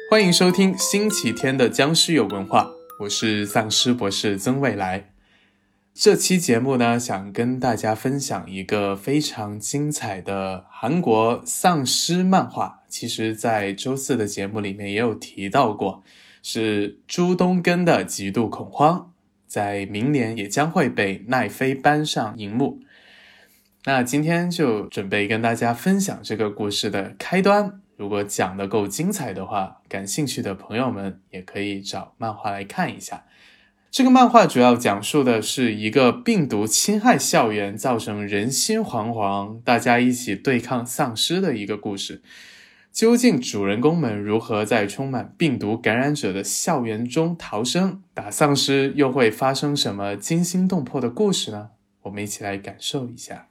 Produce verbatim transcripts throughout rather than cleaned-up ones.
欢迎收听星期天的僵尸有文化，我是丧尸博士曾未来。这期节目呢，想跟大家分享一个非常精彩的韩国丧尸漫画，其实在周四的节目里面也有提到过，是朱东根的《极度恐慌》，在明年也将会被奈飞搬上荧幕。那今天就准备跟大家分享这个故事的开端，如果讲得够精彩的话，感兴趣的朋友们也可以找漫画来看一下。这个漫画主要讲述的是一个病毒侵害校园，造成人心惶惶，大家一起对抗丧尸的一个故事。究竟主人公们如何在充满病毒感染者的校园中逃生，打丧尸又会发生什么惊心动魄的故事呢？我们一起来感受一下。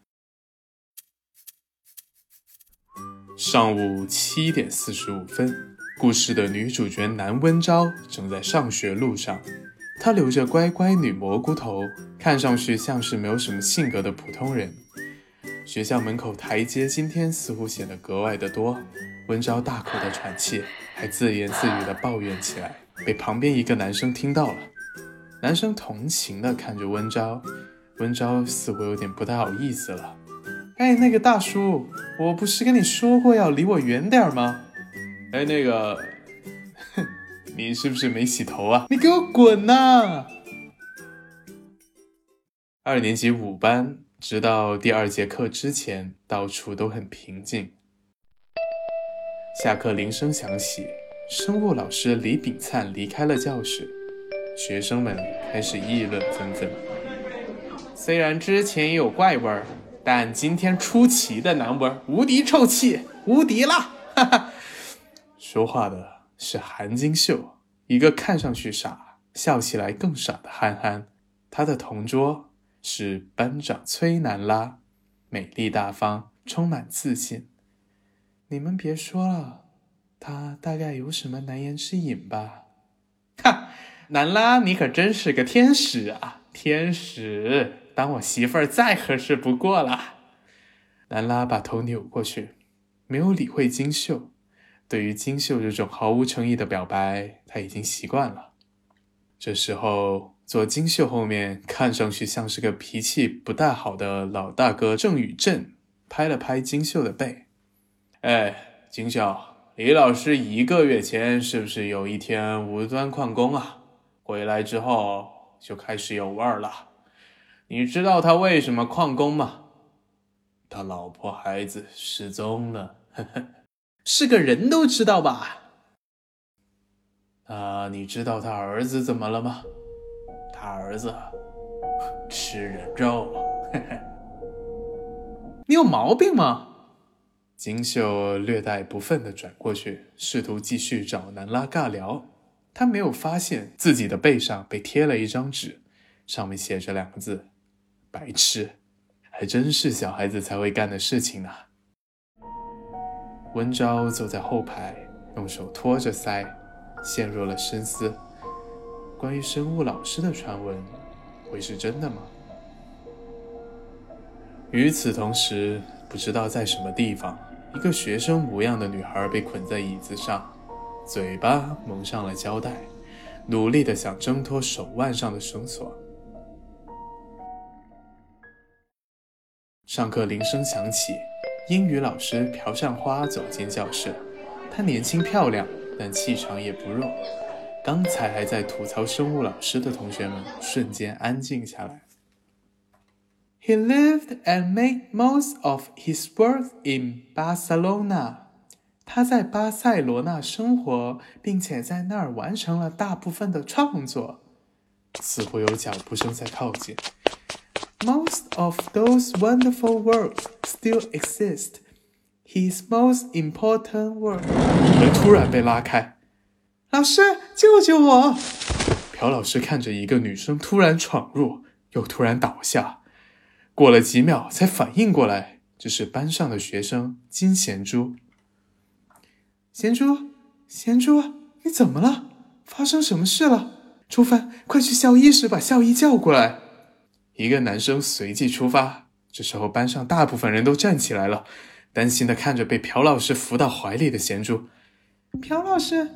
上午七点四十五分，故事的女主角南温昭正在上学路上。她留着乖乖女蘑菇头，看上去像是没有什么性格的普通人。学校门口台阶今天似乎显得格外的多，温昭大口的喘气，还自言自语的抱怨起来，被旁边一个男生听到了。男生同情的看着温昭，温昭似乎有点不太好意思了。哎，那个大叔，我不是跟你说过要离我远点吗？哎，那个你是不是没洗头啊？你给我滚呐！二年级五班，直到第二节课之前，到处都很平静。下课铃声响起，生物老师李炳灿离开了教室，学生们开始议论纷纷。虽然之前也有怪味儿，但今天出奇的难闻，无敌臭气，无敌啦！哈哈。说话的是韩金秀，一个看上去傻，笑起来更傻的憨憨。他的同桌是班长崔南拉，美丽大方，充满自信。你们别说了，他大概有什么难言之隐吧？哈，南拉，你可真是个天使啊！天使，当我媳妇儿再合适不过了。南拉把头扭过去，没有理会金秀。对于金秀这种毫无诚意的表白，他已经习惯了。这时候，坐金秀后面看上去像是个脾气不大好的老大哥郑宇镇拍了拍金秀的背。哎，金秀，李老师一个月前是不是有一天无端旷工啊？回来之后就开始有味儿了。你知道他为什么旷工吗？他老婆孩子失踪了，呵呵，是个人都知道吧？啊，你知道他儿子怎么了吗？他儿子吃人肉，呵呵。你有毛病吗？金秀略带不忿地转过去，试图继续找南拉尬聊。他没有发现自己的背上被贴了一张纸，上面写着两个字：白痴。还真是小孩子才会干的事情呢。温昭坐在后排，用手托着腮，陷入了深思。关于生物老师的传闻，会是真的吗？与此同时，不知道在什么地方，一个学生模样的女孩被捆在椅子上，嘴巴蒙上了胶带，努力地想挣脱手腕上的绳索。上课铃声响起，英语老师朴善花走进教室。她年轻漂亮，但气场也不弱。刚才还在吐槽生物老师的同学们瞬间安静下来。He lived and made most of his work in Barcelona. 他在巴塞罗那生活，并且在那儿完成了大部分的创作。似乎有脚步声在靠近。Most of those wonderful works still exist. His most important work. 人突然被拉开。老师，救救我！朴老师看着一个女生突然闯入，又突然倒下。过了几秒才反应过来，这是班上的学生金贤珠。贤珠，贤珠，你怎么了？发生什么事了？初帆，快去校医室把校医叫过来。一个男生随即出发。这时候班上大部分人都站起来了，担心地看着被朴老师扶到怀里的贤珠。朴老师，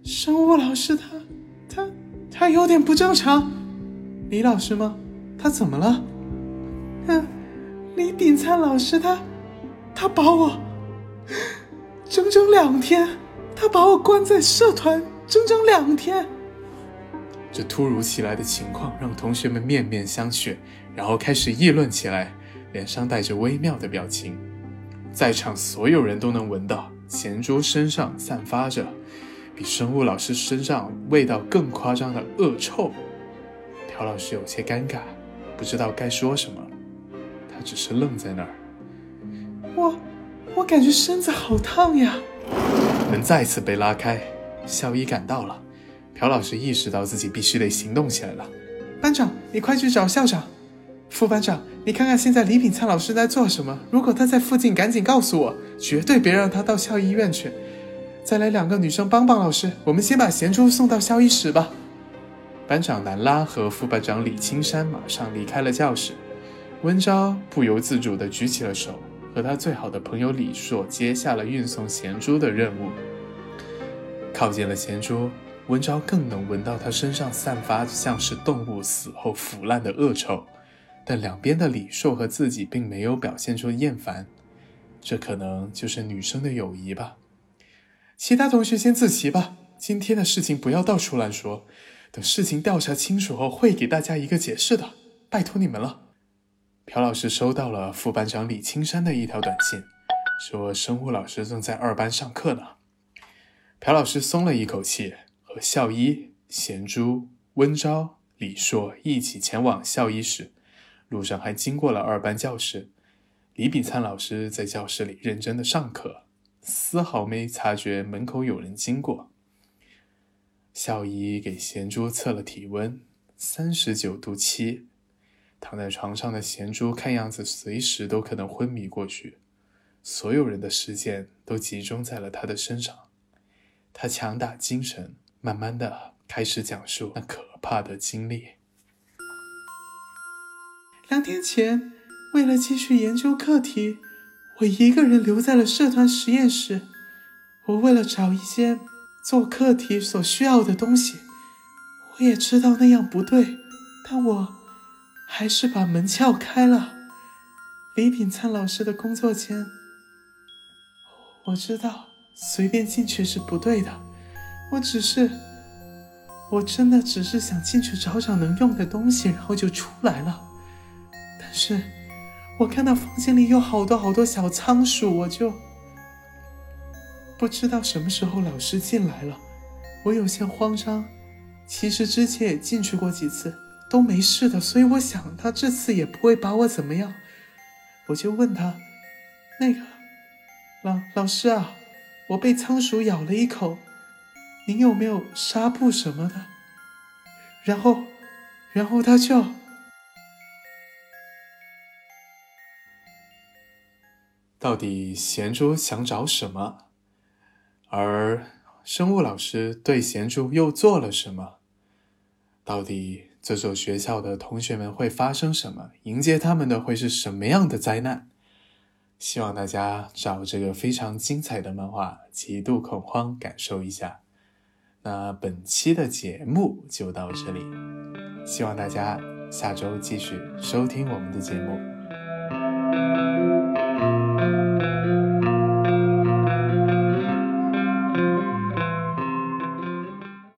生物老师他他他有点不正常。李老师吗？他怎么了？嗯，李炳灿老师他他把我整整两天，他把我关在社团整整两天。这突如其来的情况让同学们面面相觑，然后开始议论起来，脸上带着微妙的表情。在场所有人都能闻到贤珠身上散发着比生物老师身上味道更夸张的恶臭。朴老师有些尴尬，不知道该说什么，他只是愣在那儿。我我感觉身子好烫呀。门再次被拉开，校医赶到了。朴老师意识到自己必须得行动起来了。班长，你快去找校长。副班长，你看看现在李炳灿老师在做什么，如果他在附近赶紧告诉我，绝对别让他到校医院去。再来两个女生帮帮老师，我们先把贤珠送到校医室吧。班长南拉和副班长李青山马上离开了教室。温昭不由自主地举起了手，和他最好的朋友李硕接下了运送贤珠的任务。靠近了贤珠，温昭更能闻到她身上散发像是动物死后腐烂的恶臭，但两边的李硕和自己并没有表现出厌烦，这可能就是女生的友谊吧。其他同学先自习吧，今天的事情不要到处乱说，等事情调查清楚后会给大家一个解释的，拜托你们了。朴老师收到了副班长李青山的一条短信，说生物老师正在二班上课呢。朴老师松了一口气，和校医、贤珠、温昭、李硕一起前往校医室，路上还经过了二班教室。李炳灿老师在教室里认真的上课，丝毫没察觉门口有人经过。校医给贤珠测了体温，三十九度七。躺在床上的贤珠看样子随时都可能昏迷过去，所有人的视线都集中在了他的身上。他强打精神，慢慢的开始讲述那可怕的经历。两天前，为了继续研究课题，我一个人留在了社团实验室。我为了找一些做课题所需要的东西，我也知道那样不对，但我还是把门撬开了。李炳灿老师的工作间，我知道随便进去是不对的，我只是我真的只是想进去找找能用的东西，然后就出来了。但是我看到房间里有好多好多小仓鼠，我就不知道什么时候老师进来了，我有些慌张。其实之前也进去过几次，都没事的，所以我想他这次也不会把我怎么样。我就问他，那个老老师啊，我被仓鼠咬了一口，您有没有纱布什么的？然后然后他就到底贤珠想找什么？而生物老师对贤珠又做了什么？到底这所学校的同学们会发生什么？迎接他们的会是什么样的灾难？希望大家找这个非常精彩的漫画极度恐慌感受一下。那本期的节目就到这里，希望大家下周继续收听我们的节目。